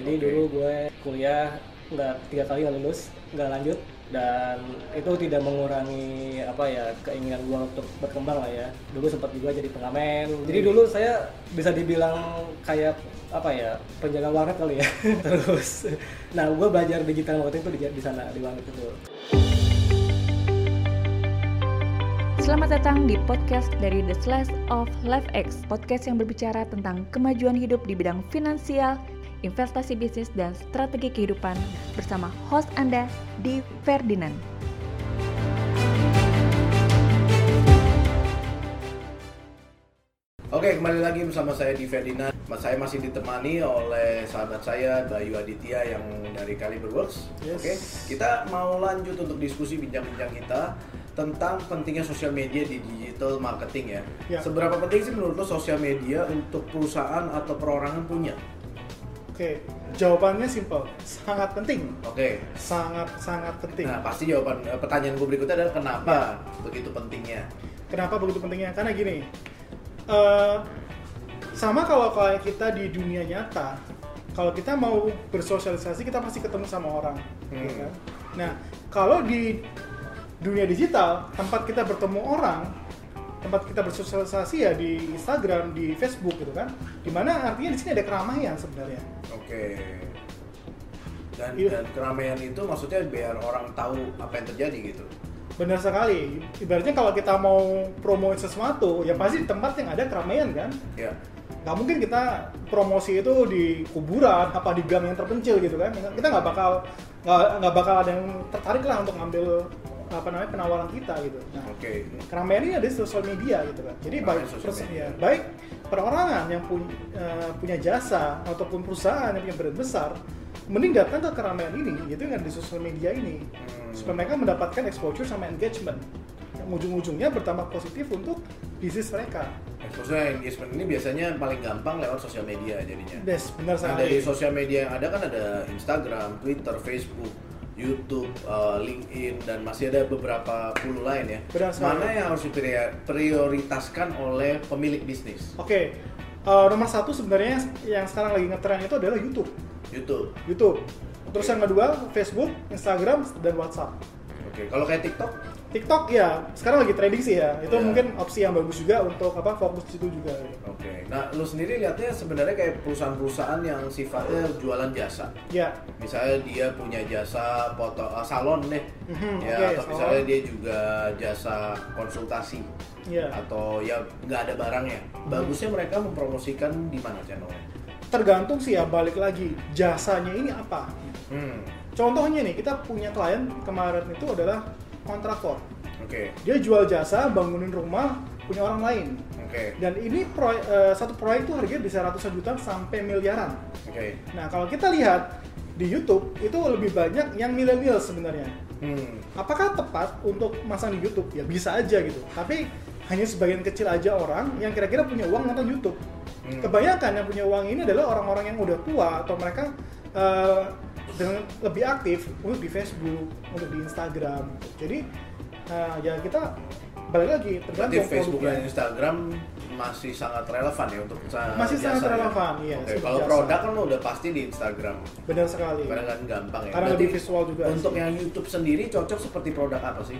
Jadi dulu gue kuliah nggak 3 kali nggak lulus, nggak lanjut, dan itu tidak mengurangi keinginan gue untuk berkembang lah ya. Dulu sempat juga jadi pengamen. Jadi dulu saya bisa dibilang kayak penjaga warnet kali ya. Terus, nah gue belajar digital marketing itu di sana di warnet itu. Selamat datang di podcast dari The Slice of LifeX, podcast yang berbicara tentang kemajuan hidup di bidang finansial, investasi bisnis, dan strategi kehidupan bersama host Anda, Di Ferdinand. Oke, kembali lagi bersama saya Di Ferdinand. Saya masih ditemani oleh sahabat saya Bayu Aditya yang dari Caliber Works. Yes. Oke, kita mau lanjut untuk diskusi bincang-bincang kita tentang pentingnya sosial media di digital marketing ya. Seberapa penting sih menurut lo sosial media untuk perusahaan atau perorangan punya? Oke, jawabannya simpel, sangat penting. Oke. Sangat penting. Nah, pasti jawaban pertanyaan gue berikutnya adalah kenapa begitu pentingnya? Kenapa begitu pentingnya? Karena gini, sama kalau kayak kita di dunia nyata, kalau kita mau bersosialisasi kita pasti ketemu sama orang, ya kan? Nah, kalau di dunia digital, tempat kita bertemu orang, tempat kita bersosialisasi ya di Instagram, di Facebook gitu kan, dimana artinya di sini ada keramaian sebenarnya. Oke. Dan keramaian itu maksudnya biar orang tahu apa yang terjadi gitu. Benar sekali. Ibaratnya kalau kita mau promoin sesuatu, ya pasti di tempat yang ada keramaian kan. Iya. Nggak mungkin kita promosi itu di kuburan, apa di gang yang terpencil gitu kan. Kita nggak bakal ada yang tertarik lah untuk ngambil penawaran kita gitu. Nah, keramaian ini ada di sosial media gitu kan. Jadi baik perorangan yang punya jasa ataupun perusahaan yang punya brand besar, mending datang ke keramaian ini, gitu yang ada di sosial media ini, supaya mereka mendapatkan exposure sama engagement yang ujung-ujungnya bertambah positif untuk bisnis mereka. Exposure engagement ini biasanya paling gampang lewat sosial media jadinya. Yes, benar sekali. Nah, dari sosial media yang ada kan ada Instagram, Twitter, Facebook, YouTube, LinkedIn, dan masih ada beberapa puluh lain ya. Mana yang harus diprioritaskan oleh pemilik bisnis? Oke, nomor satu sebenarnya yang sekarang lagi ngetren itu adalah YouTube. Terus yang kedua Facebook, Instagram, dan WhatsApp. Oke, kalau kayak TikTok ya sekarang lagi trending sih ya. Itu mungkin opsi yang bagus juga untuk fokus di situ juga. Oke. Nah, lu sendiri lihatnya sebenarnya kayak perusahaan-perusahaan yang sifatnya jualan jasa. Ya. Misalnya dia punya jasa salon deh. Atau misalnya dia juga jasa konsultasi. Atau ya nggak ada barangnya. Bagusnya mereka mempromosikan di mana channelnya? Tergantung sih ya, balik lagi jasanya ini apa. Contohnya nih, kita punya klien kemarin itu adalah kontraktor. Dia jual jasa bangunin rumah punya orang lain. Dan ini satu proyek itu harganya bisa ratusan juta sampai miliaran. Nah, kalau kita lihat di YouTube itu lebih banyak yang milenial sebenarnya. Apakah tepat untuk masang di YouTube? Ya bisa aja gitu. Tapi hanya sebagian kecil aja orang yang kira-kira punya uang nonton YouTube. Kebanyakan yang punya uang ini adalah orang-orang yang udah tua atau mereka dengan lebih aktif untuk di Facebook, untuk di Instagram. Jadi ya kita balik lagi tergantung Facebook dan Instagram masih sangat relevan ya untuk masih jasa, sangat relevan ya. Kalau produk kan udah pasti di Instagram. Benar sekali. Karena kan gampang ya. Karena lebih visual juga. Untuk yang YouTube sendiri cocok seperti produk apa sih?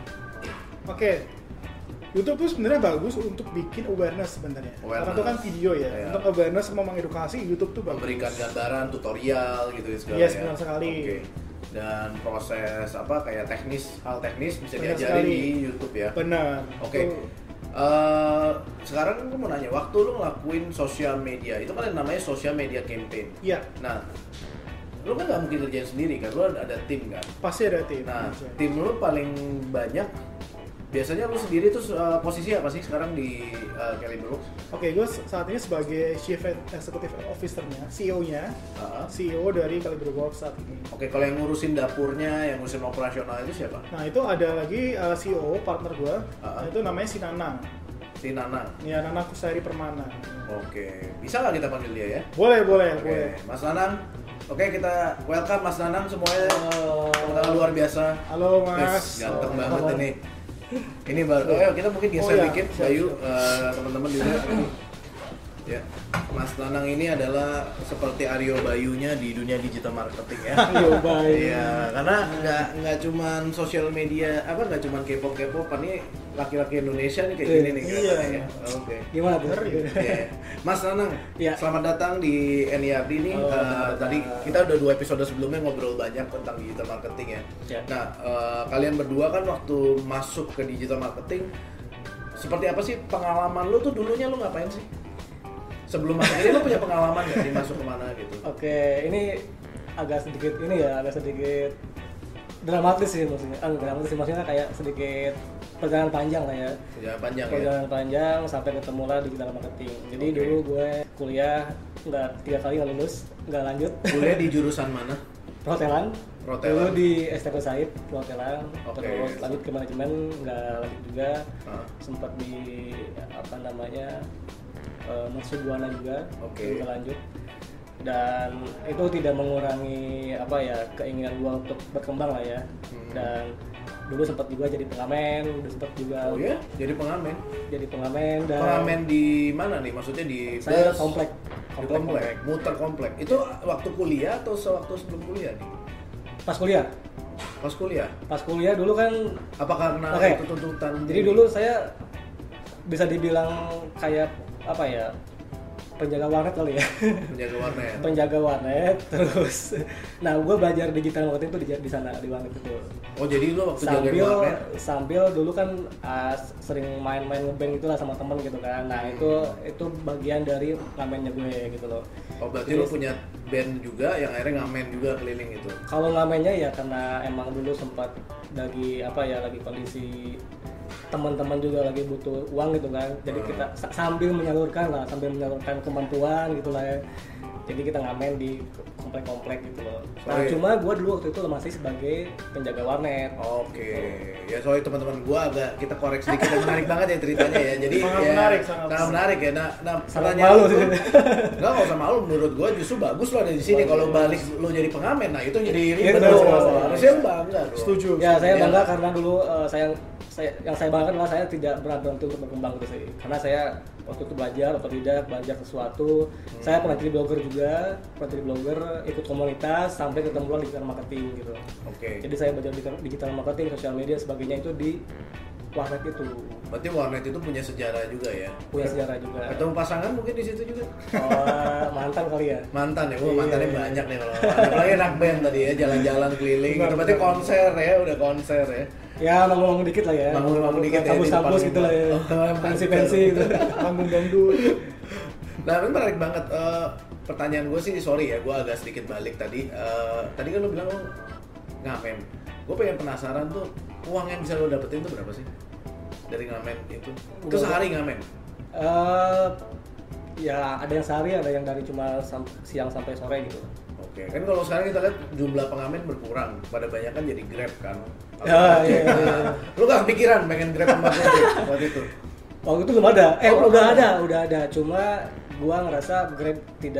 YouTube itu sebenarnya bagus untuk bikin awareness sebenarnya. Karena itu kan video ya. Untuk awareness sama mengedukasi, YouTube tuh bagus. Memberikan gambaran, tutorial gitu segala ya. Yes, benar sekali. Dan proses kayak hal teknis bisa diajarin di YouTube ya. Benar. Sekarang aku mau nanya, waktu lu ngelakuin sosial media, itu kan namanya social media campaign. Iya. Nah, lu kan nggak mungkin kerjain sendiri kan, lu ada tim kan? Pasti ada tim. Nah, tim lu paling banyak biasanya lu sendiri tuh posisi apa sih sekarang di Caliber Works? Gue saat ini sebagai Chief Executive Officer-nya, CEO dari Caliber Works saat ini. Kalau yang ngurusin dapurnya, yang ngurusin operasional itu siapa? Nah, itu ada lagi CEO partner gue, itu namanya si Nanang. Ya, Nanang Kusari Permana. Bisa nggak kita panggil dia ya? Boleh. Mas Nanang. Kita welcome Mas Nanang semuanya. Luar biasa. Halo Mas. Ganteng banget ini. Ini baru, kita mungkin geser dikit, Bayu, teman-teman juga. Ya, Mas Nanang ini adalah seperti Aryo Bayunya di dunia digital marketing ya. Aryo Bayu. Iya, karena nggak cuman sosial media, nggak cuman K-pop, ini laki-laki Indonesia nih kayak gini nih kelihatannya ya. Oke. Gimana tuh? Yeah. Mas Nanang, selamat datang di NIRD nih. Tadi kita udah 2 episode sebelumnya ngobrol banyak tentang digital marketing ya. Nah, kalian berdua kan waktu masuk ke digital marketing, seperti apa sih pengalaman lu tuh dulunya lu ngapain sih? Sebelum masuk ini lu punya pengalaman nggak sih masuk kemana gitu? Oke, ini agak sedikit dramatis sih maksudnya. Dramatis sih maksudnya kayak sedikit perjalanan panjang lah ya. Perjalanan panjang sampai ketemu lah digital marketing. Jadi dulu gue kuliah 3 kali nggak lulus, nggak lanjut. Kuliah di jurusan mana? Perhotelan. Dulu di STP Said, perhotelan. Terus lanjut ke manajemen, nggak lanjut juga. Sempat di Mercubuana juga, juga lanjut. Dan itu tidak mengurangi keinginan gua untuk berkembang lah ya. Dan dulu sempat juga jadi pengamen, jadi pengamen. Dan pengamen di mana nih? Maksudnya di saya komplek. Muter komplek. Itu waktu kuliah atau sewaktu sebelum kuliah nih? Pas kuliah. Pas kuliah dulu kan. Apa karena itu tuntutan? Jadi dulu saya bisa dibilang kayak penjaga warnet kali ya. Penjaga warnet terus. Nah, gue belajar digital marketing tuh di sana di warnet itu. Oh, jadi lu waktu jaga warnet sambil dulu kan sering main-main ngeband itulah sama temen gitu kan. Nah, itu bagian dari ngamennya gue gitu loh. Oh, berarti lu punya band juga yang akhirnya ngamen juga keliling itu. Kalau ngamennya ya karena emang dulu sempat lagi kondisi teman-teman juga lagi butuh uang gitu kan, jadi kita sambil menyalurkan kemampuan gitu lah ya. Jadi kita ngamen di komplek-komplek gitu loh. Nah, cuma gue dulu waktu itu masih sebagai penjaga warnet. Oke. Ya soalnya teman-teman gue agak kita koreksi sedikit, menarik banget ya ceritanya ya. Jadi sangat menarik ya. Nah pertanyaan lu nggak usah malu, menurut gue justru bagus lo ada di sini. Kalau balik lo jadi pengamen, nah itu jadi ribet. Harusnya bangga. Setuju. Ya saya bangga karena dulu yang saya banggakan adalah saya tidak pernah berhenti untuk berkembang gitu sih. Karena saya waktu itu belajar sesuatu. Saya pernah jadi blogger, ikut komunitas sampai ketemu digital marketing gitu. Jadi saya belajar digital marketing, sosial media sebagainya itu di warnet itu. Berarti warnet itu punya sejarah juga ya? Punya sejarah juga. Ketemu pasangan mungkin di situ juga? Mantan kali ya? Mantan ya? Mantannya banyak nih kalau. Apalagi anak band tadi ya, jalan-jalan keliling. Itu berarti konser ya, udah konser ya? Ya, manggung dikit lah ya. Manggung dikit ya. Kabus gitu lah ya. Pensi-pensi gitu. Manggung dangdut. Nah, ini menarik banget. Pertanyaan gue sih, sorry ya, gue agak sedikit balik tadi. Tadi kan lo bilang lo ngamen. Gue pengen penasaran tuh, uang yang bisa lo dapetin tuh berapa sih? Dari ngamen itu? Itu sehari ngamen? Ya ada yang sehari, ada yang dari cuma siang sampai sore gitu. Oke, kan kalau sekarang kita lihat jumlah pengamen berkurang, pada banyak kan jadi Grab kan. Iya. Lu gak kepikiran pengen Grab sama Gojek waktu itu? Waktu itu belum ada. Udah ada. Cuma gua ngerasa Grab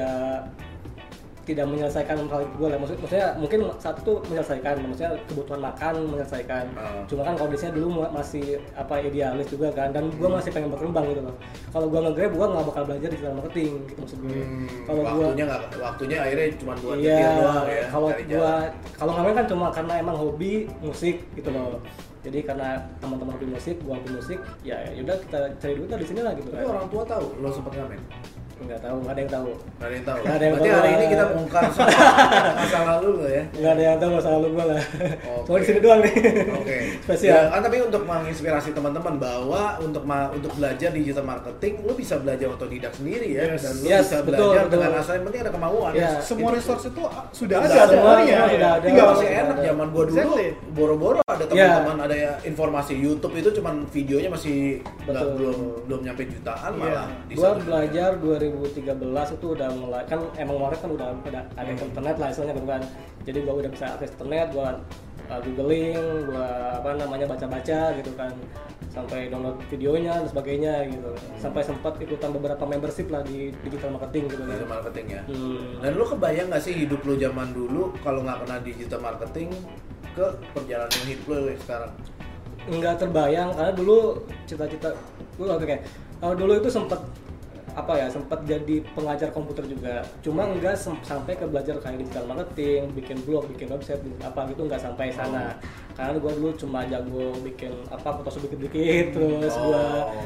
tidak menyelesaikan hal gue lah. Maksudnya mungkin saat itu menyelesaikan, maksudnya kebutuhan makan menyelesaikan. Cuma kan kondisinya dulu masih idealis juga kan, dan gue masih pengen berkembang gitu loh. Kalau gue nge-Grab, gue nggak bakal belajar digital marketing gitu maksud gue. Kalau waktunya akhirnya cuma buat nyetir doang ya. Kalau ngamen kan cuma karena emang hobi musik gitu loh. Jadi karena teman-teman hobi musik, gue hobi musik, ya udah kita cari duit di sini lah gitu. Tapi orang tua tahu lo sempet ngamen? Nggak tahu, nggak ada yang tahu. Berarti hari ini kita bongkar masa lalu lo ya? Nggak ada yang tahu masa lalu gue lah. Cuma di sini doang nih. Spesial. Ya, kan tapi untuk menginspirasi teman-teman bahwa untuk belajar digital marketing, lo bisa belajar otodidak sendiri ya, dan lo bisa belajar dengan asal yang penting ada kemauan. Semua resource itu sudah ada semuanya. Tinggal masih enak. Zaman gue dulu boro-boro ada teman-teman ada ya informasi YouTube itu cuman videonya masih belum nyampe jutaan malah. Gue belajar 2013 itu udah mulai, kan emang warnet kan udah ada internet lah istilahnya kan. Jadi gua udah bisa akses internet, gua googling, gua baca-baca gitu kan, sampai download videonya dan sebagainya gitu. Sampai sempat ikutan beberapa membership lah di digital marketing gitu. Digital marketing ya. Dan lu kebayang nggak sih hidup lu zaman dulu kalau nggak kena digital marketing ke perjalanan hidup lu sekarang? Nggak terbayang, karena dulu cita-cita gua kayak dulu itu sempat apa ya, sempat jadi pengajar komputer juga, cuma nggak sampai ke belajar kayak digital marketing, bikin blog, bikin website, bikin apa gitu, nggak sampai sana. Karena gue dulu cuma jago bikin apa, Photoshop dikit-dikit, terus gue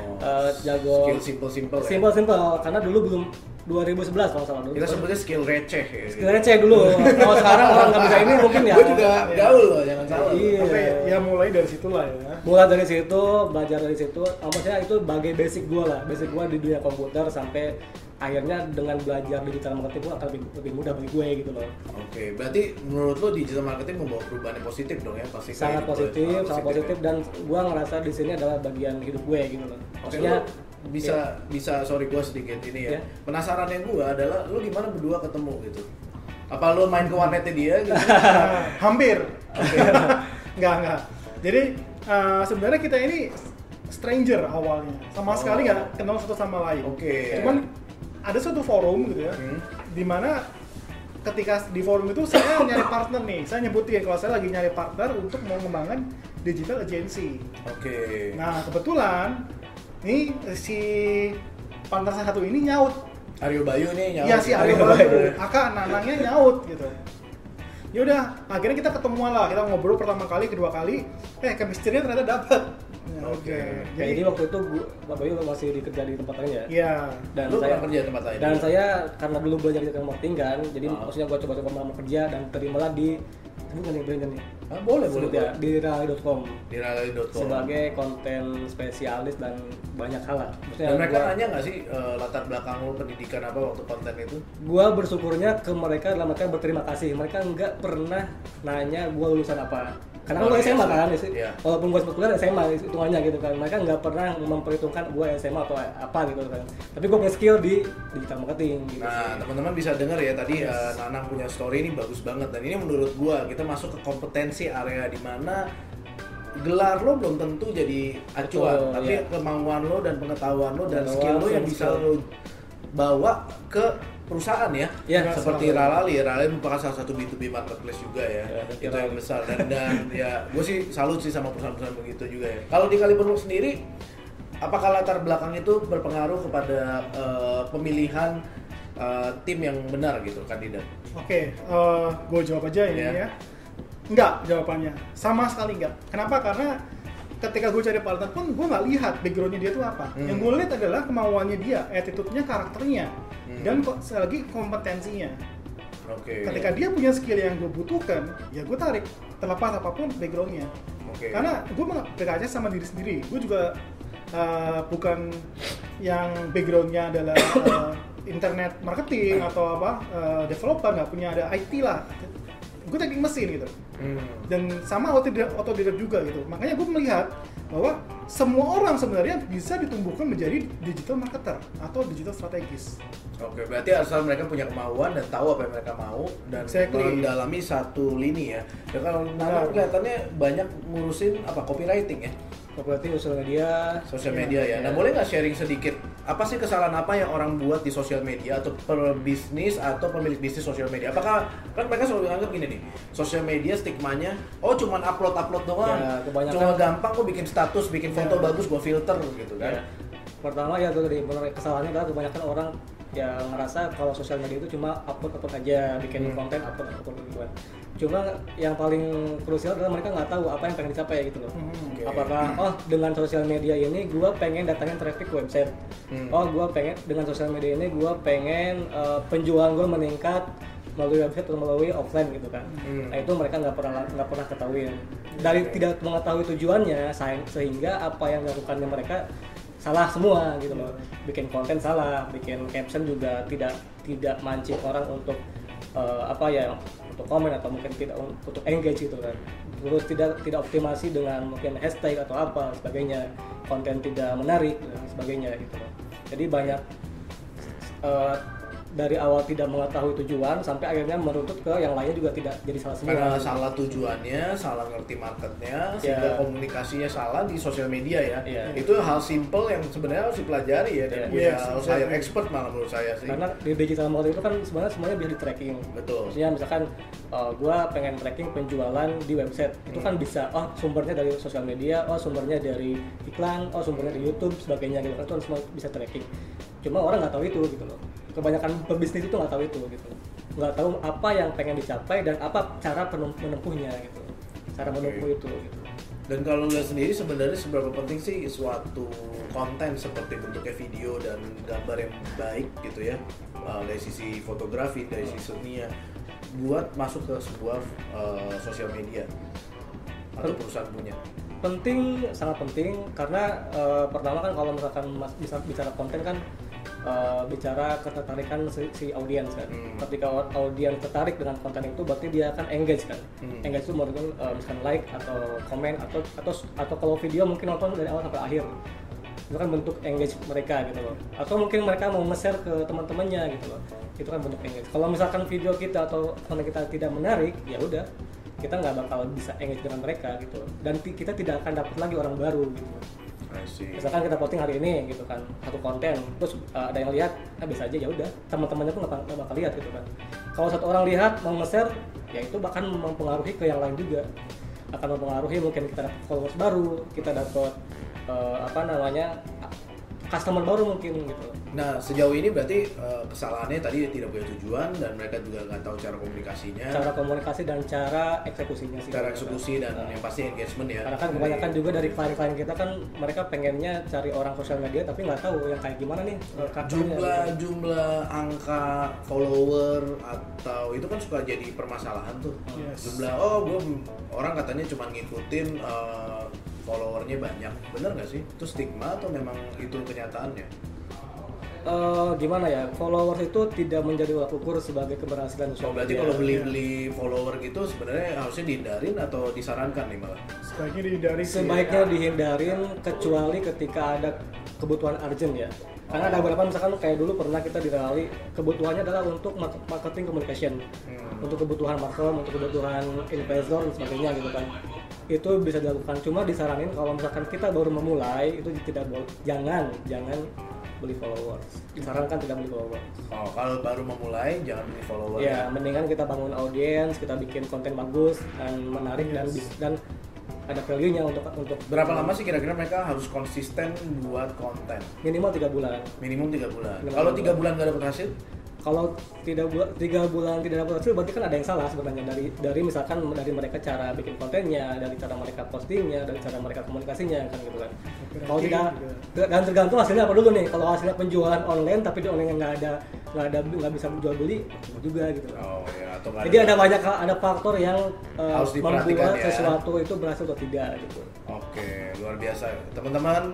jago skill simple karena dulu belum 2011 kalau salah dulu. Kita sebutnya skill receh ya. Skill receh dulu. Kalau sekarang orang nggak bisa ini mungkin ya. Gue juga gaul loh, jangan salah. Iya. Tapi ya mulai dari situlah ya. Mulai dari situ, belajar dari situ. Maksudnya itu bagai basic gue lah. Basic gue di dunia komputer sampai akhirnya dengan belajar digital marketing itu akan lebih mudah bagi gue gitu loh. Oke, berarti menurut lo digital marketing membawa perubahan yang positif dong ya pasti. Sangat positif dan gue ngerasa di sini adalah bagian hidup gue gitu loh. Maksudnya bisa sorry gue sedikit ini ya. Penasaran yang gue adalah lo gimana berdua ketemu gitu? Apa lo main ke warnetnya dia gitu? Hampir. Enggak. Jadi sebenarnya kita ini stranger awalnya, sama sekali nggak kenal satu sama lain. Cuman ada suatu forum gitu ya, dimana ketika di forum itu saya nyari partner nih, saya nyebutin kalau saya lagi nyari partner untuk mau mengembangkan digital agency. Nah kebetulan nih si partner saya satu ini nyaut. Aryo Bayu nih nyaut. Iya si Aryo Bayu, Aka Nanangnya nyaut gitu. Yaudah, akhirnya kita ketemuan lah, kita ngobrol pertama kali, kedua kali, chemistry-nya ternyata dapat. Jadi waktu itu Pak Bayu masih kerja di tempat lain ya? Iya. Dan lu saya kerja di tempat lain. Dan saya karena dulu belajar di marketing kan, jadi maksudnya gua coba-coba melamar kerja dan terimalah di brand nih. Boleh ya, di rally.com. Di rally.com. Sebagai konten spesialis dan banyak hal lah. Dan mereka nanya nggak sih latar belakang lu pendidikan apa waktu konten itu? Gua bersyukurnya ke mereka dalam artian berterima kasih. Mereka nggak pernah nanya gua lulusan apa. Karena gue SMA kan, walaupun gue sempat kuliah SMA hitungannya gitu kan. Mereka nggak pernah memperhitungkan gue SMA atau apa gitu kan. Tapi gue punya skill di digital marketing gitu. Nah, teman-teman bisa dengar ya tadi Nanang punya story ini bagus banget, dan ini menurut gue kita masuk ke kompetensi area di mana gelar lo belum tentu jadi acuan, tapi kemauan lo dan pengetahuan lo dan skill lo yang bisa lo bawa ke perusahaan ya seperti Ralali merupakan salah satu B2B marketplace juga ya itu yang besar dan ya gue sih salut sih sama perusahaan-perusahaan begitu juga ya. Kalau di Kaliberuk sendiri, apakah latar belakang itu berpengaruh kepada pemilihan tim yang benar gitu kandidat? Gue jawab aja ini ya. Enggak, jawabannya sama sekali enggak. Kenapa? Karena ketika gue cari partner pun gue nggak lihat backgroundnya dia tuh apa. Yang gue lihat adalah kemauannya dia, attitude-nya, karakternya, dan lagi kompetensinya. Ketika dia punya skill yang gue butuhkan, ya gue tarik terlepas apapun backgroundnya. Karena gue berkaca sama diri sendiri. Gue juga bukan yang backgroundnya adalah internet marketing atau developer, nggak punya ada IT lah. Gue teknik mesin gitu. Dan sama otodidak juga gitu. Makanya gue melihat bahwa semua orang sebenarnya bisa ditumbuhkan menjadi digital marketer atau digital strategis. Berarti asal mereka punya kemauan dan tahu apa yang mereka mau dan mendalami satu lini ya. Dan kalau Nanang kelihatannya banyak ngurusin copywriting ya. Copywriting sosial media ya. Nah, boleh nggak sharing sedikit apa sih kesalahan apa yang orang buat di sosial media atau pebisnis atau pemilik bisnis sosial media? Apakah kan mereka selalu anggap gini nih, sosial media stigmanya cuman upload doang, cuma gampang kok bikin status, bikin foto bagus, gua filter gitu kan? Pertama ya tadi kesalahannya adalah kebanyakan orang yang ngerasa kalau sosial media itu cuma upload aja, bikin konten upload gitu kan. Cuma yang paling krusial adalah mereka nggak tahu apa yang pengen dicapai gitu loh. Apakah dengan sosial media ini gue pengen datangin traffic ke website. Gue pengen dengan sosial media ini gue pengen penjualan gue meningkat melalui website atau melalui offline gitu kan. Nah itu mereka nggak pernah ketahuin. Dari tidak mengetahui tujuannya sehingga apa yang dilakukannya mereka salah semua gitu loh. Bikin konten salah, bikin caption juga tidak mancing orang untuk untuk komen atau mungkin tidak untuk engage gitu kan. Terus tidak optimasi dengan mungkin hashtag atau apa sebagainya, konten tidak menarik dan sebagainya gitu loh. Jadi banyak dari awal tidak mengetahui tujuan sampai akhirnya meruntut ke yang lainnya juga tidak jadi salah semua. Karena salah tujuannya, salah ngerti marketnya, sehingga komunikasinya salah di sosial media ya. Itu hal simple yang sebenarnya harus dipelajari ya dan harus hire expert malah menurut saya sih. Karena di digital marketing itu kan sebenarnya semuanya bisa di tracking. Betul. Maksudnya misalkan gue pengen tracking penjualan di website, itu kan bisa sumbernya dari sosial media, sumbernya dari iklan, sumbernya dari YouTube sebagainya gitu kan, itu semua bisa tracking. Cuma orang nggak tahu itu gitu loh. Kebanyakan pebisnis itu nggak tahu itu gitu. Nggak tahu apa yang pengen dicapai dan apa cara menempuhnya gitu. Cara menempuh itu gitu. Dan kalau lihat sendiri sebenarnya seberapa penting sih suatu konten seperti bentuknya video dan gambar yang baik gitu ya, dari sisi fotografi, dari sisi seni buat masuk ke sebuah sosial media atau perusahaan punya. Penting, sangat penting karena pertama kan kalau misalkan bisa bicara konten kan bicara ketertarikan si audiens kan. Ketika audiens tertarik dengan konten itu berarti dia akan engage kan. Engage itu mungkin misalkan like atau komen atau kalau video mungkin nonton dari awal sampai akhir. Itu kan bentuk engage mereka gitu loh. Atau mungkin mereka mau nge-share ke teman-temannya gitu loh. Itu kan bentuk engage. Kalau misalkan video kita atau konten kita tidak menarik, ya udah kita nggak bakal bisa engage dengan mereka gitu. Dan kita tidak akan dapat lagi orang baru gitu. Misalkan kita posting hari ini gitu kan satu konten, terus ada yang lihat, biasa aja ya udah, teman-temannya pun nggak bakal lihat gitu kan. Kalau satu orang lihat mau nge-share, ya itu bahkan mempengaruhi ke yang lain juga, akan mempengaruhi mungkin kita dapat followers baru, kita dapat customer baru mungkin gitu. Nah sejauh ini berarti kesalahannya tadi tidak punya tujuan dan mereka juga nggak tahu cara komunikasinya. Cara komunikasi dan cara eksekusinya sih. Cara eksekusi dan yang pasti engagement ya. Karena kan kebanyakan juga dari klien-klien kita kan mereka pengennya cari orang sosial media tapi nggak tahu yang kayak gimana nih jumlah angka follower atau itu kan suka jadi permasalahan tuh. Jumlah orang katanya cuma ngikutin followernya banyak, bener nggak sih? Itu stigma atau memang itu kenyataannya? Gimana ya, followers itu tidak menjadi tolak ukur sebagai keberhasilan sosial media. Berarti kalau beli follower gitu sebenarnya harusnya dihindarin atau disarankan nih malah? Sebaiknya dihindarin kecuali ketika ada kebutuhan urgent ya. Karena ada beberapa misalkan kayak dulu pernah kita di Rally, kebutuhannya adalah untuk marketing communication, untuk kebutuhan marketing, untuk kebutuhan investor dan sebagainya gitu kan. Itu bisa dilakukan, cuma disaranin kalau misalkan kita baru memulai itu tidak boleh, jangan beli followers. Disarankan tidak beli followers. Oh, kalau baru memulai jangan beli followers. Ya, mendingan kita bangun audiens, kita bikin konten bagus dan menarik dan ada value-nya untuk berapa lama sih kira-kira mereka harus konsisten buat konten? Minimal 3 bulan. Minimum 3 bulan. Kalau 3 bulan nggak dapat hasil? Kalau 3 bulan tidak dapat hasil berarti kan ada yang salah sebenarnya dari misalkan dari mereka cara bikin kontennya, dari cara mereka postingnya, dari cara mereka komunikasinya kan gitu kan. Kalau tidak dan tergantung hasilnya apa dulu nih. Kalau hasilnya penjualan online tapi di online nggak bisa jual beli juga gitu. Oh ya, atau jadi ada faktor yang membuat ya. Sesuatu itu berhasil atau tidak gitu. Oke, luar biasa teman-teman.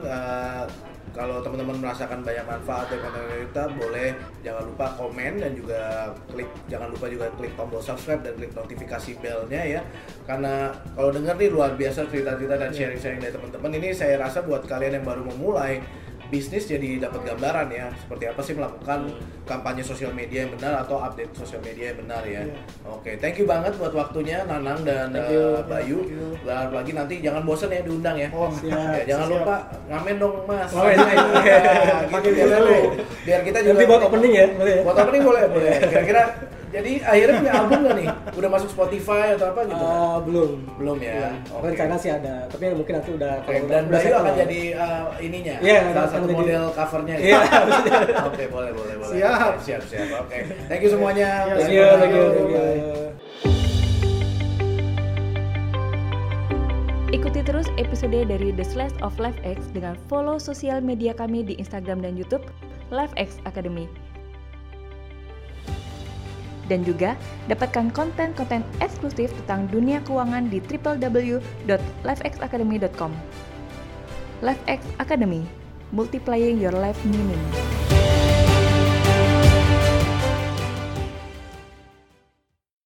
Kalau teman-teman merasakan banyak manfaat dari konten kita, boleh jangan lupa komen dan juga jangan lupa juga klik tombol subscribe dan klik notifikasi bell-nya ya. Karena kalau dengar nih luar biasa cerita-cerita dan sharing-sharing dari teman-teman, ini saya rasa buat kalian yang baru memulai bisnis jadi dapat gambaran ya seperti apa sih melakukan kampanye sosial media yang benar atau update sosial media yang benar ya. Oke, thank you banget buat waktunya Nanang dan Bayu. Lagi nanti jangan bosan ya diundang ya. Siap, jangan lupa ngamen dong Mas. Pakai dulu. Biar kita juga nanti buat opening ya, boleh. Buat opening boleh. Kira-kira jadi akhirnya punya album nggak nih? Udah masuk Spotify atau apa gitu? Belum ya. Rencana sih ada, tapi mungkin nanti udah. Dan Bayu akan jadi ininya. Salah satu model covernya. Oke, boleh. Siap. Oke. Thank you semuanya. Thank you. Ikuti terus episode dari The Slash of LifeX dengan follow sosial media kami di Instagram dan YouTube LifeX Academy. Dan juga dapatkan konten-konten eksklusif tentang dunia keuangan di www.lifexacademy.com. LifeX Academy, multiplying your life meaning.